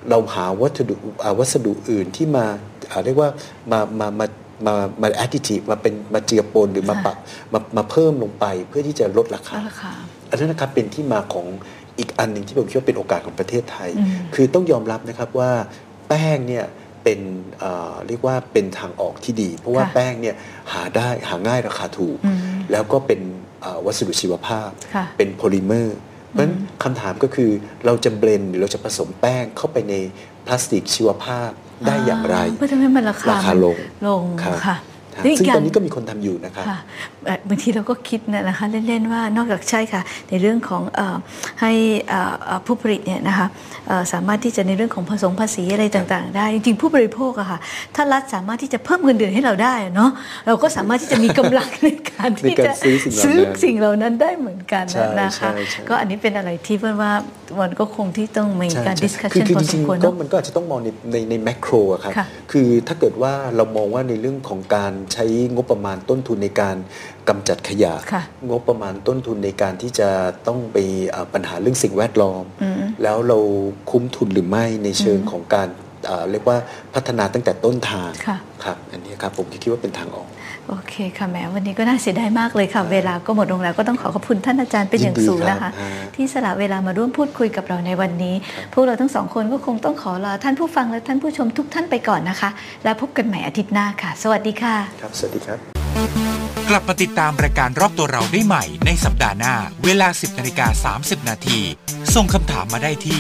เราหาวัสดุอื่นที่มาเรียกว่ามา additive มาเจือปนหรือมาเพิ่มลงไปเพื่อที่จะลดราคาอันนั้นนะครับเป็นที่มาของอีกอันหนึ่งที่ผมคิดว่าเป็นโอกาสของประเทศไทยคือต้องยอมรับนะครับว่าแป้งเนี่ยเป็นเรียกว่าเป็นทางออกที่ดีเพราะว่าแป้งเนี่ยหาง่ายราคาถูกแล้วก็เป็นวัสดุชีวภาพเป็นโพลิเมอร์เพราะฉะนั้นคำถามก็คือเราจะเบลนด์หรือเราจะผสมแป้งเข้าไปในพลาสติกชีวภาพได้อย่างไรเพื่อทำให้มันราคาลงค่ะซึ่งตอนนี้ก็มีคนทำอยู่นะคะบางทีเราก็คิดนะคะเล่นๆว่านอกจากใช่ค่ะในเรื่องของให้ผู้ผลิตเนี่ยนะคะสามารถที่จะในเรื่องของภาษีอะไรต่างๆได้จริงๆผู้บริโภคอะค่ะถ้ารัฐสามารถที่จะเพิ่มเงินเดือนให้เราได้เนาะเราก็สามารถที่จะมีกำลังในการที่จะซื้อสิ่งเหล่านั้นได้เหมือนกันนะคะก็อันนี้เป็นอะไรที่เพื่อนว่ามันก็คงที่ต้องมีการดิสคัชชั่นพอสมควรเนาะมันก็อาจจะต้องมองในแมคโครอะครับคือถ้าเกิดว่าเรามองว่าในเรื่องของการใช้งบประมาณต้นทุนในการกำจัดขยะงบประมาณต้นทุนในการที่จะต้องไปปัญหาเรื่องสิ่งแวดล้อมแล้วเราคุ้มทุนหรือไม่ในเชิงของการเรียกว่าพัฒนาตั้งแต่ต้นทางครับอันนี้ครับผมคิดว่าเป็นทางออกโอเคค่ะแม้วันนี้ก็น่าเสียดายมากเลยค่ะเวลาก็หมดลงแล้วก็ต้องขอบคุณท่านอาจารย์เป็นอย่างสูงนะคะที่สละเวลามาร่วมพูดคุยกับเราในวันนี้พวกเราทั้งสองคนก็คงต้องขอลาท่านผู้ฟังและท่านผู้ชมทุกท่านไปก่อนนะคะแล้วพบกันใหม่อาทิตย์หน้าค่ะสวัสดีค่ะครับสวัสดีครับกลับมาติดตามรายการรอบตัวเราได้ใหม่ในสัปดาห์หน้าเวลา 10:30 น.ส่งคำถามมาได้ที่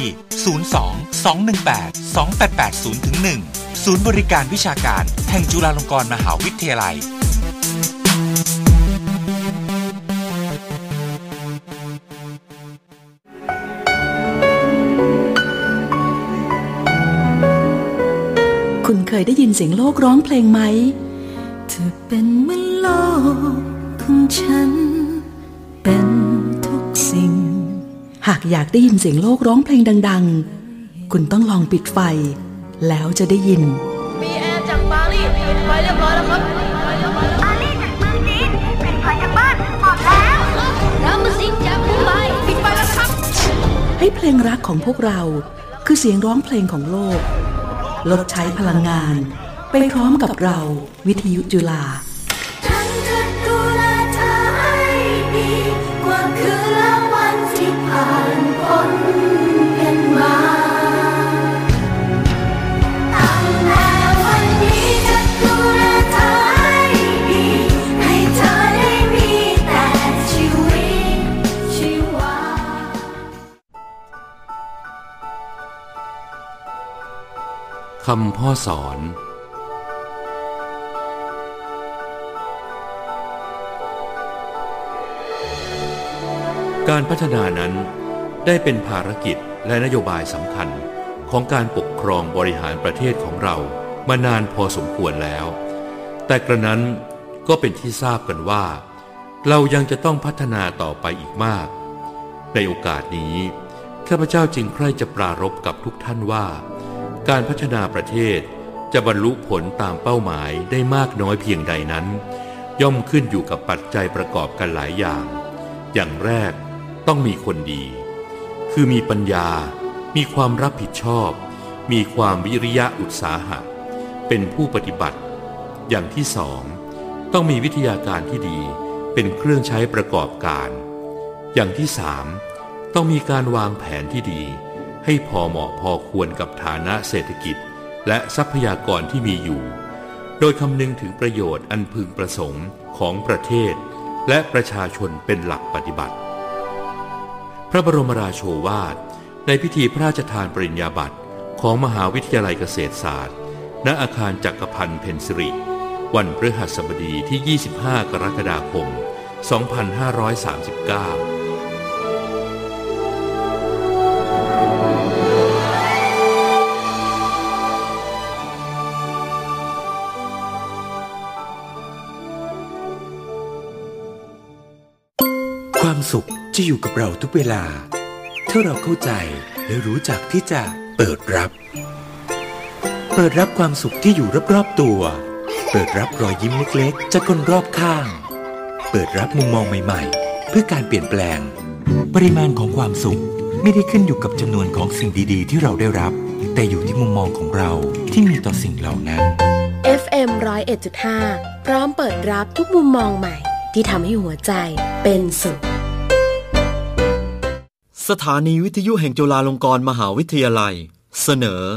02-218-2880-1ศูนย์บริการวิชาการแห่งจุฬาลงกรณ์มหาวิทยาลัยคุณเคยได้ยินเสียงโลกร้องเพลงไหมเธอเป็นเหมือนโลกของฉันเป็นทุกสิ่งหากอยากได้ยินเสียงโลกร้องเพลงดังๆคุณต้องลองปิดไฟแล้วจะได้ยินมีแอร์จากปารีสปิดไฟเรียบร้อยแล้วครับปารีสจากเมืองจีนปิดไฟจากบ้านหมดแล้วน้ำมันสิงจากมุมไบปิดไฟแล้วครับให้เพลงรักของพวกเราคือเสียงร้องเพลงของโลกลดใช้พลังงานไปพร้อมกับเราวิทยุจุฬาฉันจะดูแลเธอให้ดีกว่าคืนและวันที่ผ่านพ้นกันมาตั้งแต่วันนี้จะดูแลเธอให้ดีให้เธอได้มีแต่ชีวิตชีวาคำพ่อสอนการพัฒนานั้นได้เป็นภารกิจและนโยบายสำคัญของการปกครองบริหารประเทศของเรามานานพอสมควรแล้วแต่กระนั้นก็เป็นที่ทราบกันว่าเรายังจะต้องพัฒนาต่อไปอีกมากในโอกาสนี้ข้าพเจ้าจึงใคร่จะปรารภกับทุกท่านว่าการพัฒนาประเทศจะบรรลุผลตามเป้าหมายได้มากน้อยเพียงใดนั้นย่อมขึ้นอยู่กับปัจจัยประกอบกันหลายอย่างแรกต้องมีคนดีคือมีปัญญามีความรับผิดชอบมีความวิริยะอุตสาหะเป็นผู้ปฏิบัติอย่างที่สองต้องมีวิทยาการที่ดีเป็นเครื่องใช้ประกอบการอย่างที่สามต้องมีการวางแผนที่ดีให้พอเหมาะพอควรกับฐานะเศรษฐกิจและทรัพยากรที่มีอยู่โดยคำนึงถึงประโยชน์อันพึงประสงค์ของประเทศและประชาชนเป็นหลักปฏิบัติพระบรมราโชวาทในพิธีพระราชทานปริญญาบัตรของมหาวิทยาลัยเกษตรศาสตร์ณอาคารจักรพันธ์เพ็ญสิริวันพฤหัสบดีที่25กรกฎาคม2539 ความสุขจะอยู่กับเราทุกเวลาถ้าเราเข้าใจและรู้จักที่จะเปิดรับความสุขที่อยู่รอบๆตัวเปิดรับรอยยิ้มเล็กๆจากคนรอบข้างเปิดรับมุมมองใหม่ๆเพื่อการเปลี่ยนแปลงปริมาณของความสุขไไม่ได้ขึ้นอยู่กับจำนวนของสิ่งดีๆที่เราได้รับแต่อยู่ที่มุมมองของเราที่มีต่อสิ่งเหล่านั้น FM 101.5 พร้อมเปิดรับทุกมุมมองใหม่ที่ทำให้หัวใจเป็นสุขสถานีวิทยุแห่งจุฬาลงกรณ์มหาวิทยาลัยเสนอ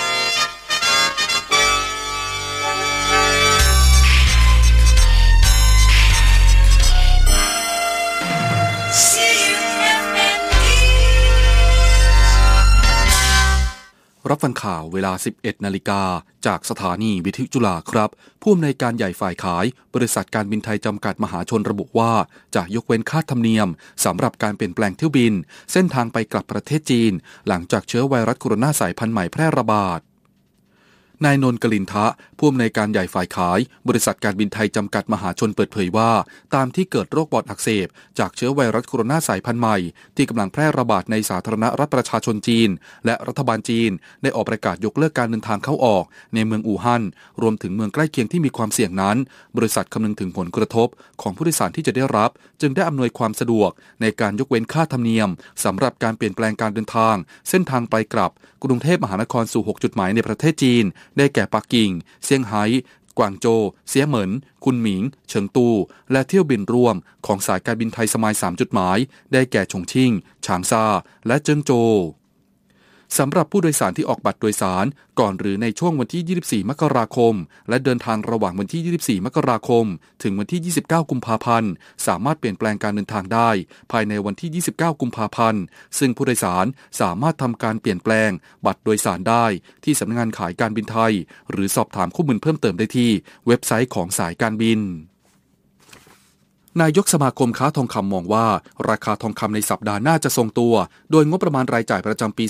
รับฟังข่าวเวลา 11 นาฬิกาจากสถานีวิทยุจุฬาครับผู้อำนวยการใหญ่ฝ่ายขายบริษัทการบินไทยจำกัดมหาชนระบุว่าจะยกเว้นค่าธรรมเนียมสำหรับการเปลี่ยนแปลงเที่ยวบินเส้นทางไปกลับประเทศจีนหลังจากเชื้อไวรัสโคโรนาสายพันธุ์ใหม่แพร่ระบาดนายนนท์กลินทะผู้อำนวยการใหญ่ฝ่ายขายบริษัทการบินไทยจำกัดมหาชนเปิดเผยว่าตามที่เกิดโรคปอดอักเสบจากเชื้อไวรัสโคโรนาสายพันธุ์ใหม่ที่กำลังแพร่ระบาดในสาธารณรัฐประชาชนจีนและรัฐบาลจีนได้ออกประกาศยกเลิกการเดินทางเข้าออกในเมืองอู่ฮั่นรวมถึงเมืองใกล้เคียงที่มีความเสี่ยงนั้นบริษัทคำนึงถึงผลกระทบของผู้โดยสารที่จะได้รับจึงได้อำนวยความสะดวกในการยกเว้นค่าธรรมเนียมสำหรับการเปลี่ยนแปลงการเดินทางเส้นทางไปกลับกรุงเทพมหานครสู่6จุดหมายในประเทศจีนได้แก่ปักกิ่งเซี่ยงไฮ้กวางโจวเซี่ยเหมินคุนหมิงเฉิงตูและเที่ยวบินร่วมของสายการบินไทยสมาย3จุดหมายได้แก่ฉงชิ่งฉางซาและเจิ้งโจวสำหรับผู้โดยสารที่ออกบัตรโดยสารก่อนหรือในช่วงวันที่24มกราคมและเดินทางระหว่างวันที่24มกราคมถึงวันที่29กุมภาพันธ์สามารถเปลี่ยนแปลงการเดินทางได้ภายในวันที่29กุมภาพันธ์ซึ่งผู้โดยสารสามารถทำการเปลี่ยนแปลงบัตรโดยสารได้ที่สำนักงานขายการบินไทยหรือสอบถามข้อมูลเพิ่มเติมได้ที่เว็บไซต์ของสายการบินนายกสมาคมค้าทองคำมองว่าราคาทองคำในสัปดาห์หน้าจะทรงตัวโดยงบประมาณรายจ่ายประจำปี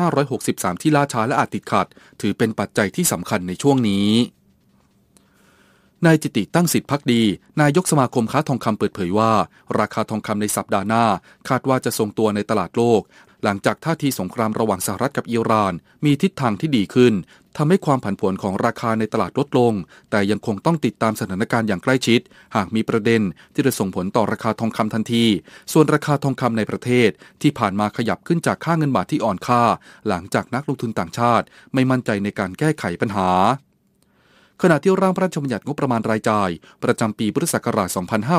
2563 ที่ล่าช้าและอาจติดขัดถือเป็นปัจจัยที่สำคัญในช่วงนี้นายจิติตั้งสิทธิภักดีนายกสมาคมค้าทองคำเปิดเผยว่าราคาทองคำในสัปดาห์หน้าคาดว่าจะทรงตัวในตลาดโลกหลังจากท่าทีสงครามระหว่างสหรัฐกับอิหร่านมีทิศทางที่ดีขึ้นทำให้ความผันผวนของราคาในตลาดลดลงแต่ยังคงต้องติดตามสถานการณ์อย่างใกล้ชิดหากมีประเด็นที่จะส่งผลต่อราคาทองคำทันทีส่วนราคาทองคำในประเทศที่ผ่านมาขยับขึ้นจากค่าเงินบาทที่อ่อนค่าหลังจากนักลงทุนต่างชาติไม่มั่นใจในการแก้ไขปัญหาขณะที่ร่างพระราชบัญญัติงบประมาณรายจ่ายประจำปีพุทธศักราช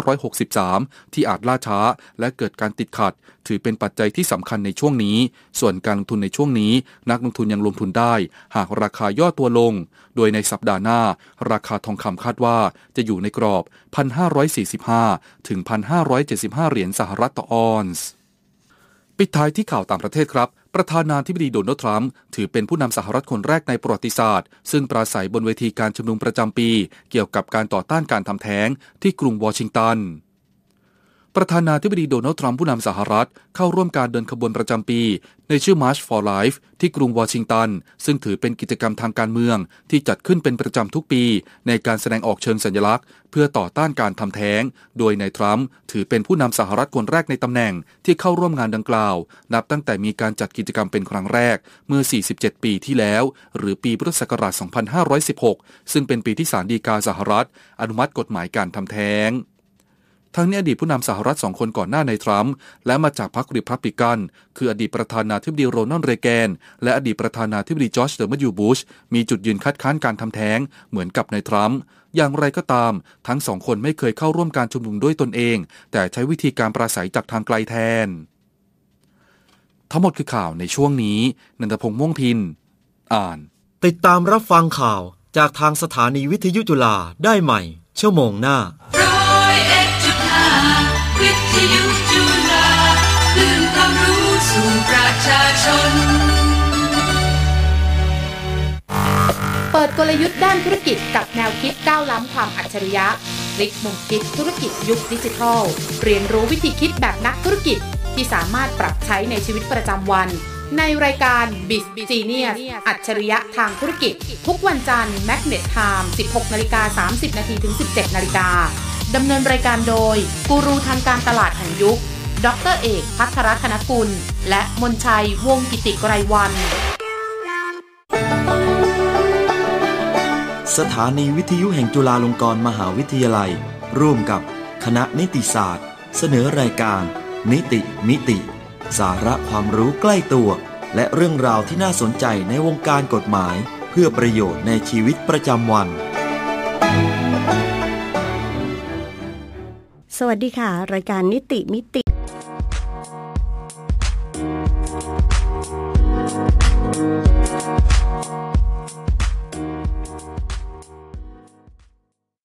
2563 ที่อาจล่าช้าและเกิดการติดขัดถือเป็นปัจจัยที่สำคัญในช่วงนี้ส่วนการลงทุนในช่วงนี้นักลงทุนยังลงทุนได้หากราคาย่อตัวลงโดยในสัปดาห์หน้าราคาทองคำคาดว่าจะอยู่ในกรอบ 1,545 ถึง 1,575 เหรียญสหรัฐต่อออนซ์ปิดท้ายที่ข่าวต่างประเทศครับประธานาธิบดีโดนัลด์ทรัมป์ถือเป็นผู้นำสหรัฐคนแรกในประวัติศาสตร์ซึ่งปราศัยบนเวทีการชุมนุมประจำปีเกี่ยวกับการต่อต้านการทำแท้งที่กรุงวอชิงตันประธานาธิบดีโดนัลด์ทรัมป์ผู้นำสหรัฐเข้าร่วมการเดินขบวนประจำปีในชื่อ March for Life ที่กรุงวอชิงตันซึ่งถือเป็นกิจกรรมทางการเมืองที่จัดขึ้นเป็นประจำทุกปีในการแสดงออกเชิงสัญลักษณ์เพื่อต่อต้านการทำแท้งโดยนายทรัมป์ถือเป็นผู้นำสหรัฐคนแรกในตำแหน่งที่เข้าร่วมงานดังกล่าวนับตั้งแต่มีการจัดกิจกรรมเป็นครั้งแรกเมื่อ47ปีที่แล้วหรือปีพุทธศักราช 2516 ซึ่งเป็นปีที่ศาลฎีกาสหรัฐอนุมัติกฎหมายการทำแท้งทั้งนี้อดีตผู้นำสหรัฐ2คนก่อนหน้านายทรัมป์และมาจากพรรครีพับลิกันคืออดีตประธานาธิบดีโรนัลด์ เรแกนและอดีตประธานาธิบดีจอร์จ W. บุชมีจุดยืนคัดค้านการทำแท้งเหมือนกับนายทรัมป์อย่างไรก็ตามทั้งสองคนไม่เคยเข้าร่วมการชุมนุมด้วยตนเองแต่ใช้วิธีการปราศัยจากทางไกลแทนทั้งหมดคือข่าวในช่วงนี้นันทพงษ์ม่วงพินอ่านติดตามรับฟังข่าวจากทางสถานีวิทยุจุฬาได้ใหม่ชั่วโมงหน้าวิทยุจุฬาคลื่นความรู้สู่ประชาชนเปิดกลยุทธ์ด้านธุรกิจกับแนวคิดก้าวล้ำความอัจฉริยะพลิกมุมคิดธุรกิจยุคดิจิทัลเรียนรู้วิธีคิดแบบนักธุรกิจที่สามารถปรับใช้ในชีวิตประจำวันในรายการ Bizgenius อัจฉริยะทางธุรกิจทุกวันจันทร์ Magnet Time 16:30 นถึง 17:00 นดำเนินรายการโดยกูรูทางการตลาดแห่งยุคดร.เอกภัทรธนกุลและมนชัยวงศ์กิติไกรวรรณสถานีวิทยุแห่งจุฬาลงกรณ์มหาวิทยาลัยร่วมกับคณะนิติศาสตร์เสนอรายการนิติมิติสาระความรู้ใกล้ตัวและเรื่องราวที่น่าสนใจในวงการกฎหมายเพื่อประโยชน์ในชีวิตประจำวันสวัสดีค่ะรายการนิติมิติ